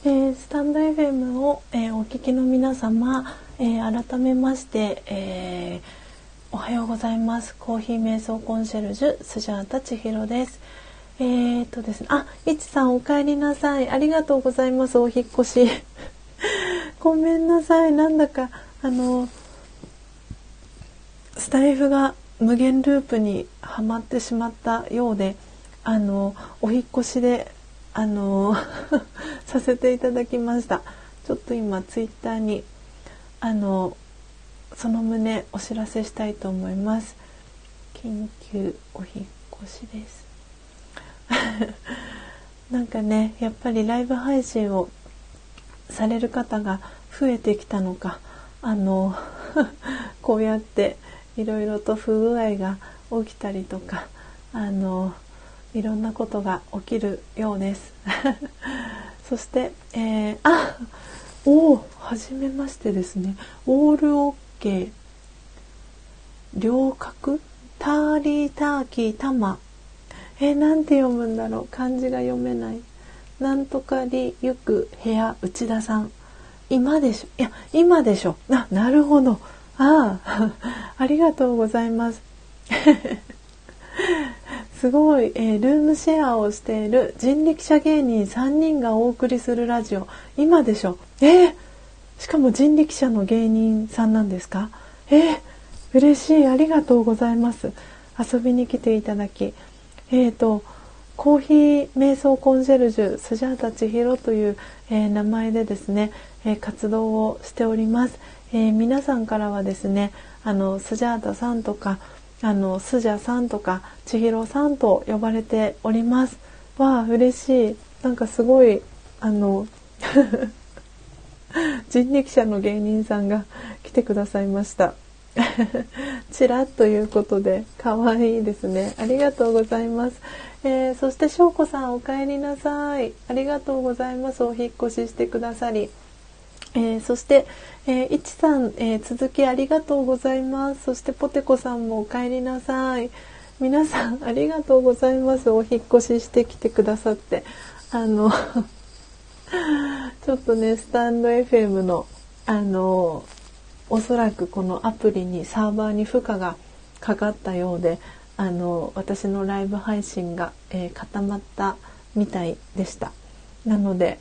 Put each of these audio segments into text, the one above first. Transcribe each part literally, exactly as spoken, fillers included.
えー、スタンド エフエム を、えー、お聞きの皆様、えー、改めまして、えー、おはようございます。コーヒー瞑想コンシェルジュスジャータ千尋です。えー、っとですね、あ、いちさんお帰りなさい。ありがとうございます。お引っ越しごめんなさい。なんだかあのスタイフが無限ループにはまってしまったようで、あのお引っ越しであのさせていただきました。ちょっと今ツイッターにあのその旨お知らせしたいと思います。緊急お引っ越しですなんかね、やっぱりライブ配信をされる方が増えてきたのか、あのこうやっていろいろと不具合が起きたりとか、あのいろんなことが起きるようですそして、えー、あおーはじめましてですね。オールオッケー両角ターリーターキータマ、えー、なんて読むんだろう、漢字が読めない。なんとかりゆく部屋内田さん、今でしょ、いや今でしょ、あ、なるほど、ああありがとうございますすごい、えー、ルームシェアをしている人力車芸人さんにんがお送りするラジオ、今でしょ、えー、しかも人力車の芸人さんなんですか。えー、嬉しい、ありがとうございます。遊びに来ていただき、えーとコーヒー瞑想コンシェルジュスジャータ千尋という、えー、名前でですね、えー、活動をしております。えー、皆さんからはですね、あのスジャータさんとかあのスジャさんとか千尋さんと呼ばれております。わあ嬉しい。なんかすごいあの人力車の芸人さんが来てくださいましたチラッということで可愛いですね。ありがとうございます。えー、そしてしょうこさんお帰りなさい。ありがとうございます。お引っ越ししてくださり、えー、そして、えー、いちさん、えー、続きありがとうございます。そしてポテコさんもお帰りなさい。皆さんありがとうございます。お引っ越ししてきてくださって、あのちょっとねスタンド エフエム のあのおそらくこのアプリにサーバーに負荷がかかったようで、あの私のライブ配信が、えー、固まったみたいでした。なので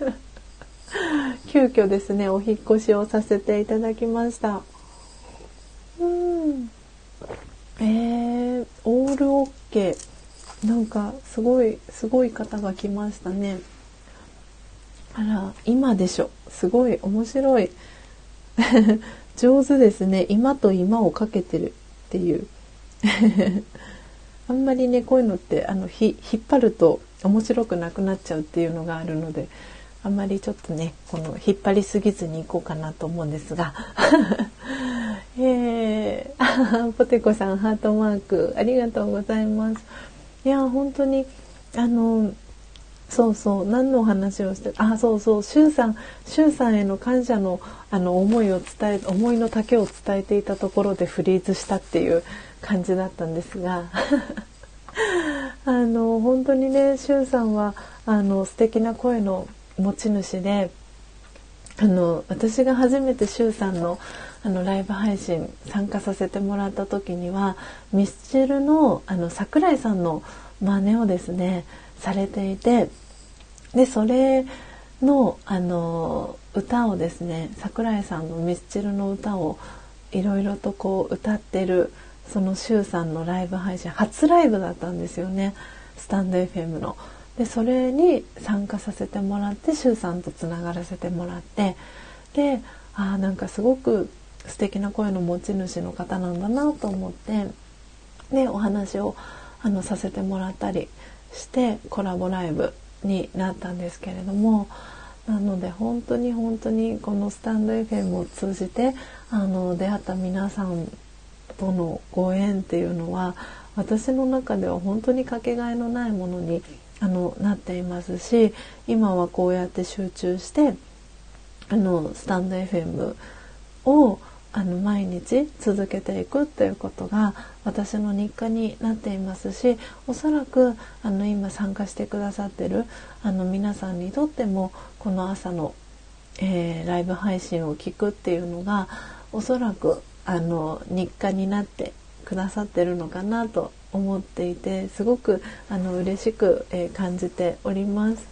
急遽ですねお引っ越しをさせていただきました。うん、えー、オールオッケー、なんかすごいすごい方が来ましたね。あら今でしょ、すごい面白い上手ですね。今と今をかけてるっていうあんまりねこういうのってあのひ引っ張ると面白くなくなっちゃうっていうのがあるので、あんまりちょっとねこの引っ張りすぎずにいこうかなと思うんですがえー、ポテコさんハートマークありがとうございます。いや本当にあのそうそう、何のお話をして、あ、そうそう、しゅうさん、しゅうさんへの感謝のあの思いを伝え、思いの丈を伝えていたところでフリーズしたっていう感じだったんですが、あの本当にね、しゅうさんはあの素敵な声の持ち主で、あの私が初めてしゅうさんのあのライブ配信参加させてもらった時には、ミスチルのあの桜井さんの真似をですねされていて、でそれのあの歌をですね、桜井さんのミスチルの歌をいろいろとこう歌ってるそのしゅうさんのライブ配信、初ライブだったんですよね、スタンド エフエム の。でそれに参加させてもらって、しゅうさんとつながらせてもらって、であなんかすごく素敵な声の持ち主の方なんだなと思って、でお話をあのさせてもらったりしてコラボライブになったんですけれども、なので本当に本当にこのスタンド エフエム を通じてあの出会った皆さんとのご縁っていうのは、私の中では本当にかけがえのないものにあのなっていますし、今はこうやって集中してあのスタンド エフエム をあの毎日続けていくということが私の日課になっていますし、おそらくあの今参加してくださってるあの皆さんにとってもこの朝の、えー、ライブ配信を聞くっていうのがおそらくあの日課になってくださってるのかなと思っていて、すごくあの嬉しく、えー、感じております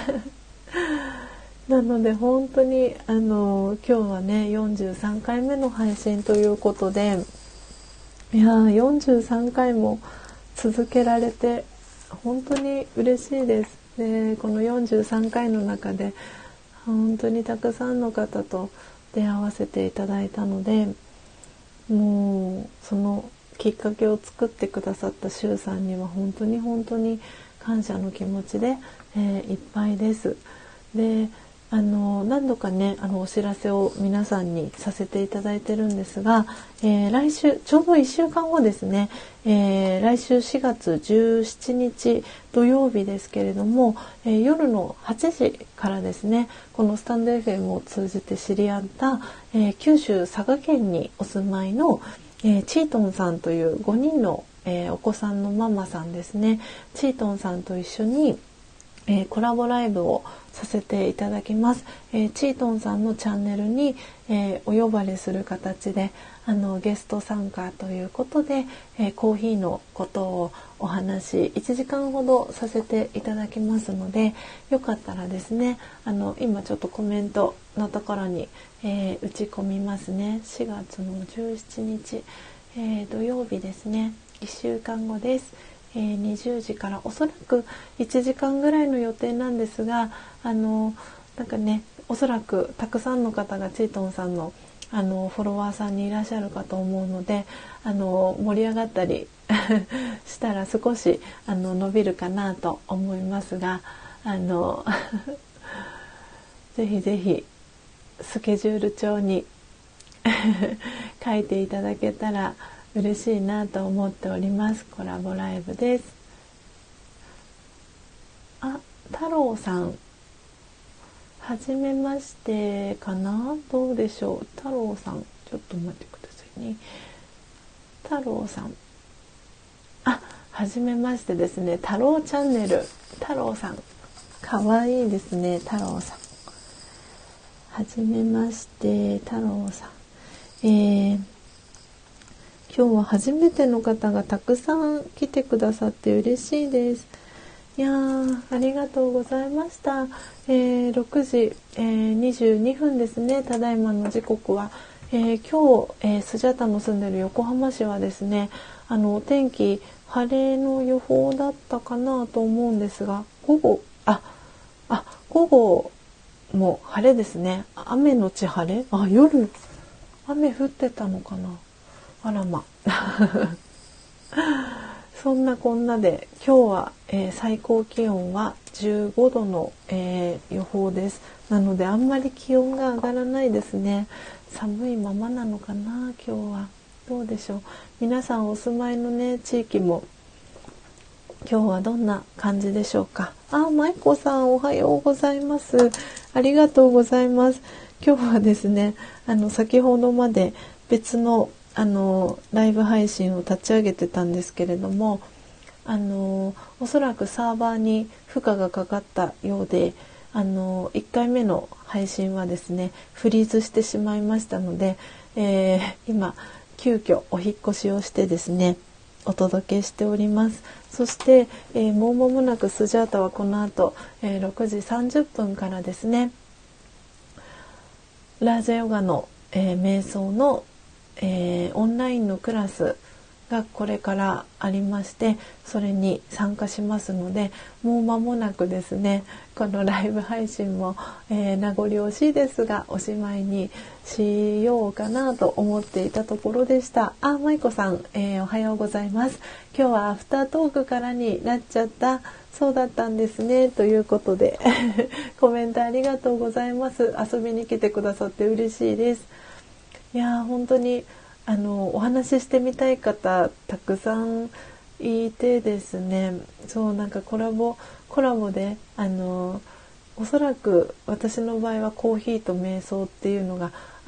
なので本当にあの今日はねよんじゅうさんかいめの配信ということで、いやーよんじゅうさんかいも続けられて本当に嬉しいです。でこのよんじゅうさんかいの中で本当にたくさんの方と出会わせていただいたので、もうそのきっかけを作ってくださった周さんには本当に本当に感謝の気持ちで、えー、いっぱいです。であの何度かねあのお知らせを皆さんにさせていただいてるんですが、えー、来週ちょうどいっしゅうかんごですね、えー、来週しがつじゅうしちにち土曜日ですけれども、えー、夜のはちじからですね、このスタンド エフエム を通じて知り合った、えー、九州佐賀県にお住まいの、えー、チートンさんというごにんの、えー、お子さんのママさんですね、チートンさんと一緒にえー、コラボライブをさせていただきます。えー、チートンさんのチャンネルに、えー、お呼ばれする形であのゲスト参加ということで、えー、コーヒーのことをお話いちじかんほどさせていただきますので、よかったらですね、あの今ちょっとコメントのところに、えー、打ち込みますね。しがつのじゅうしちにち、えー、土曜日ですね、いっしゅうかんごです。えー、にじゅうじからおそらくいちじかんぐらいの予定なんですが、あのなんかねおそらくたくさんの方がチートンさんのあのフォロワーさんにいらっしゃるかと思うので、あの盛り上がったりしたら少しあの伸びるかなと思いますが、あのぜひぜひスケジュール帳に書いていただけたら嬉しいなと思っております。コラボライブです。あ、太郎さん、はじめましてかな、どうでしょう。太郎さん、ちょっと待ってくださいね。太郎さん、あ、はじめましてですね。太郎チャンネル、太郎さん、かわいいですね。太郎さん、はじめまして、太郎さん。えー今日は初めての方がたくさん来てくださって嬉しいです。いやー、ありがとうございました。えー、ろくじ、えー、にじゅうにふんですね。ただいまの時刻は、えー、今日、えー、スジャタの住んでる横浜市はですね、あのお天気晴れの予報だったかなと思うんですが、午後ああ午後も晴れですね。雨のち晴れ、あ、夜雨降ってたのかな。あらまそんなこんなで今日は、えー、最高気温はじゅうごどの、えー、予報です。なのであんまり気温が上がらないですね。寒いままなのかな今日は。どうでしょう。皆さんお住まいのね地域も今日はどんな感じでしょうか。あ、まいこさんおはようございます。ありがとうございます。今日はですね、あの先ほどまで別のあのライブ配信を立ち上げてたんですけれども、あのおそらくサーバーに負荷がかかったようで、あのいっかいめの配信はですねフリーズしてしまいましたので、えー、今急遽お引っ越しをしてですねお届けしております。そして、えー、もう間もなくスジャータはこの後、えー、ろくじさんじゅっぷんからですねラージャヨガの、えー、瞑想のえー、オンラインのクラスがこれからありまして、それに参加しますので、もう間もなくですねこのライブ配信も、えー、名残惜しいですがおしまいにしようかなと思っていたところでした。あ、まいこさん、えー、おはようございます。今日はアフタートークからになっちゃった、そうだったんですねということでコメントありがとうございます。遊びに来てくださって嬉しいです。いや本当にあのお話ししてみたい方たくさんいてですね、そうなんかコラボコラボであのおそらく私の場合はコーヒーと瞑想っていうのが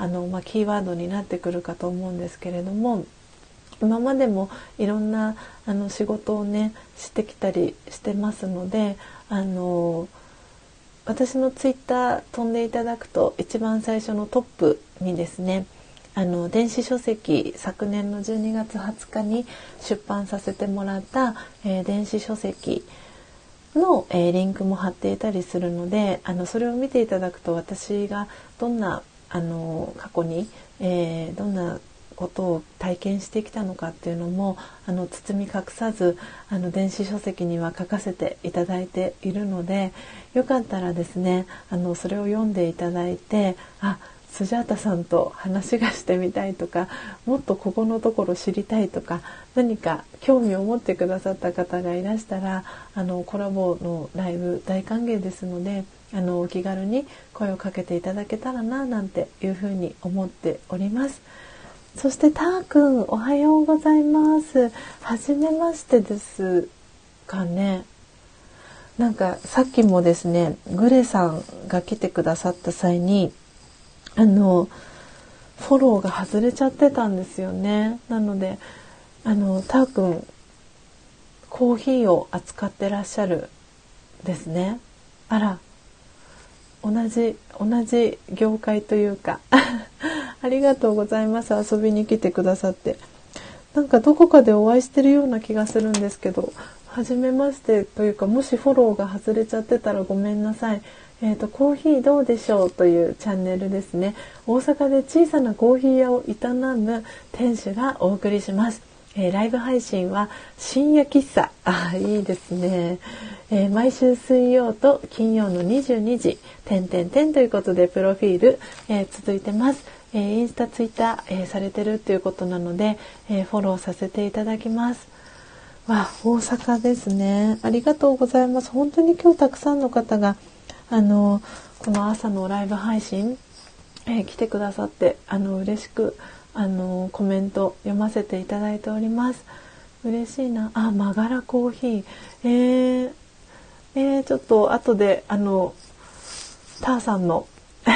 あの、まあ、キーワードになってくるかと思うんですけれども、今までもいろんなあの仕事をねしてきたりしてますので、あの私のツイッター飛んでいただくと一番最初のトップにですね、あの電子書籍、昨年のじゅうにがつはつかに出版させてもらった、えー、電子書籍の、えー、リンクも貼っていたりするので、あのそれを見ていただくと私がどんなあの過去に、えー、どんなことを体験してきたのかっていうのもあの包み隠さずあの電子書籍には書かせていただいているので、よかったらですね、あのそれを読んでいただいて、あ、スジャータさんと話がしてみたいとか、もっとここのところ知りたいとか、何か興味を持ってくださった方がいらしたら、あのコラボのライブ大歓迎ですので、あのお気軽に声をかけていただけたらななんていうふうに思っております。そしてたーくん、おはようございます。はじめましてですかね。なんかさっきもですね、グレさんが来てくださった際にあのフォローが外れちゃってたんですよね。なのであのたーくん、コーヒーを扱ってらっしゃるですね。あら、同じ同じ業界というかありがとうございます。遊びに来てくださって、なんかどこかでお会いしてるような気がするんですけど、初めましてというか、もしフォローが外れちゃってたらごめんなさい。えーと、コーヒーどうでしょうというチャンネルですね。大阪で小さなコーヒー屋を営む店主がお送りします。えー、ライブ配信は深夜喫茶、あ、いいですね、えー、毎週水曜と金曜のにじゅうにじ点々点ということでプロフィール、えー、続いてます。えー、インスタツイッター、えー、されてるっていうことなので、えー、フォローさせていただきます。わ、大阪ですね。ありがとうございます。本当に今日たくさんの方があのこの朝のライブ配信、えー、来てくださって、あの嬉しくあのコメント読ませていただいております。嬉しいな。あ、マガラコーヒー、えーえー、ちょっと後であのターさんの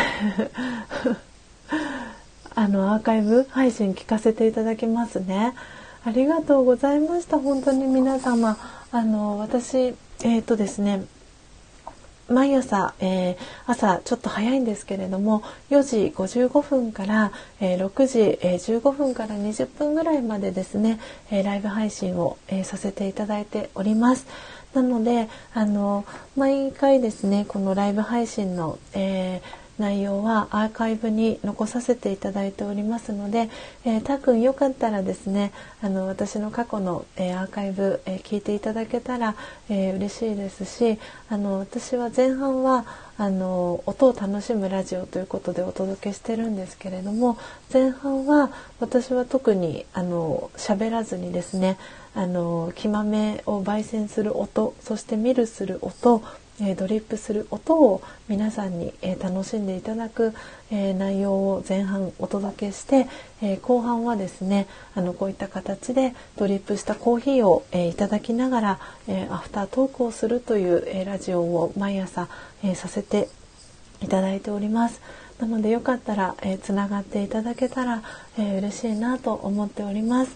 あのアーカイブ配信聞かせていただきますね。ありがとうございました。本当に皆様、あの私えーとですね毎朝、えー、朝ちょっと早いんですけれどもよじごじゅうごふんから、えー、ろくじ、えー、じゅうごふんからにじゅっぷんぐらいまでですね、えー、ライブ配信を、えー、させていただいております。なのであの毎回ですねこのライブ配信の、えー内容はアーカイブに残させていただいておりますので、えー、たくんよかったらですねあの私の過去の、えー、アーカイブ、えー、聞いていただけたら、えー、嬉しいですし、あの私は前半はあの音を楽しむラジオということでお届けしてるんですけれども、前半は私は特にあの喋らずにですねあの木豆を焙煎する音、そしてミルする音、えー、ドリップする音を皆さんに、えー、楽しんでいただく、えー、内容を前半お届けして、えー、後半はですねあのこういった形でドリップしたコーヒーを、えー、いただきながら、えー、アフタートークをするという、えー、ラジオを毎朝、えー、させていただいております。なのでよかったら、えー、つながっていただけたら、えー、嬉しいなと思っております。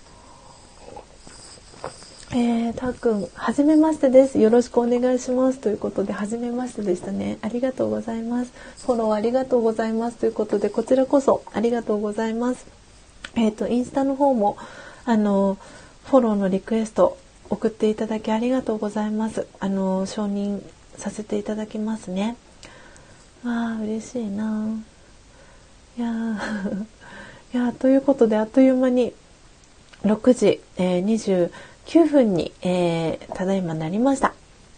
えー、たっくん、はじめましてです。よろしくお願いします。ということで、はじめましてでしたね。ありがとうございます。フォローありがとうございます。ということで、こちらこそありがとうございます。えっと、インスタの方も、あの、フォローのリクエスト送っていただきありがとうございます。あの、承認させていただきますね。わあ、嬉しいな。いやー、いやー、ということで、あっという間にろくじ、えー、にじゅうきゅうふんに、えー、ただいまなりました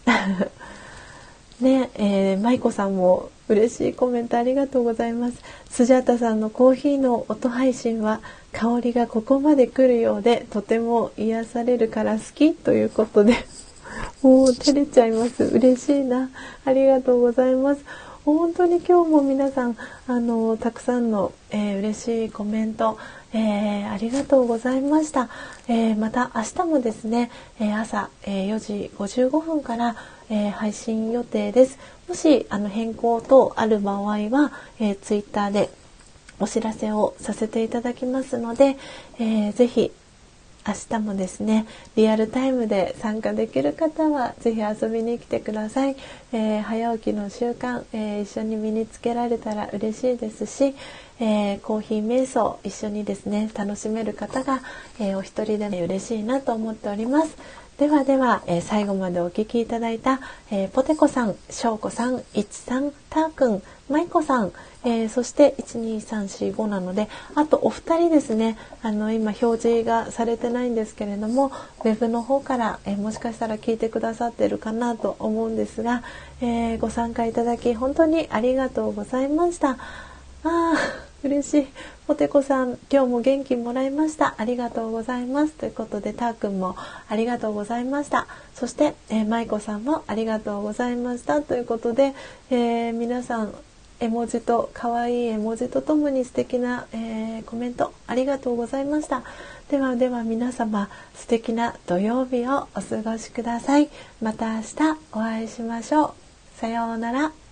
ね、えー、舞子さんも嬉しいコメントありがとうございます。スジャータさんのコーヒーの音配信は香りがここまで来るようでとても癒されるから好きということでもう照れちゃいます。嬉しいな、ありがとうございます。本当に今日も皆さんあのたくさんの、えー、嬉しいコメント、えー、ありがとうございました。えー、また明日もですね、えー、朝、えー、よじごじゅうごふんから、えー、配信予定です。もしあの変更等ある場合は、えー、ツイッターでお知らせをさせていただきますので、えー、ぜひ明日もですねリアルタイムで参加できる方はぜひ遊びに来てください。えー、早起きの習慣、えー、一緒に身につけられたら嬉しいですし、えー、コーヒー瞑想一緒にですね楽しめる方が、えー、お一人でも嬉しいなと思っております。ではでは、えー、最後までお聞きいただいた、えー、ポテコさん、ショウコさん、イチさん、ターくん、マイコさん、えー、そしていちにさんしごなので、あとお二人ですね、あの今表示がされてないんですけれども、ウェブの方から、えー、もしかしたら聞いてくださってるかなと思うんですが、えー、ご参加いただき本当にありがとうございました。あー嬉しい。ポテコさん今日も元気もらいました。ありがとうございますということで、ターくんもありがとうございました。そして、えー、マイコさんもありがとうございましたということで、えー、皆さん絵文字と可愛い絵文字とともに素敵な、えー、コメントありがとうございました。ではでは皆様素敵な土曜日をお過ごしください。また明日お会いしましょう。さようなら。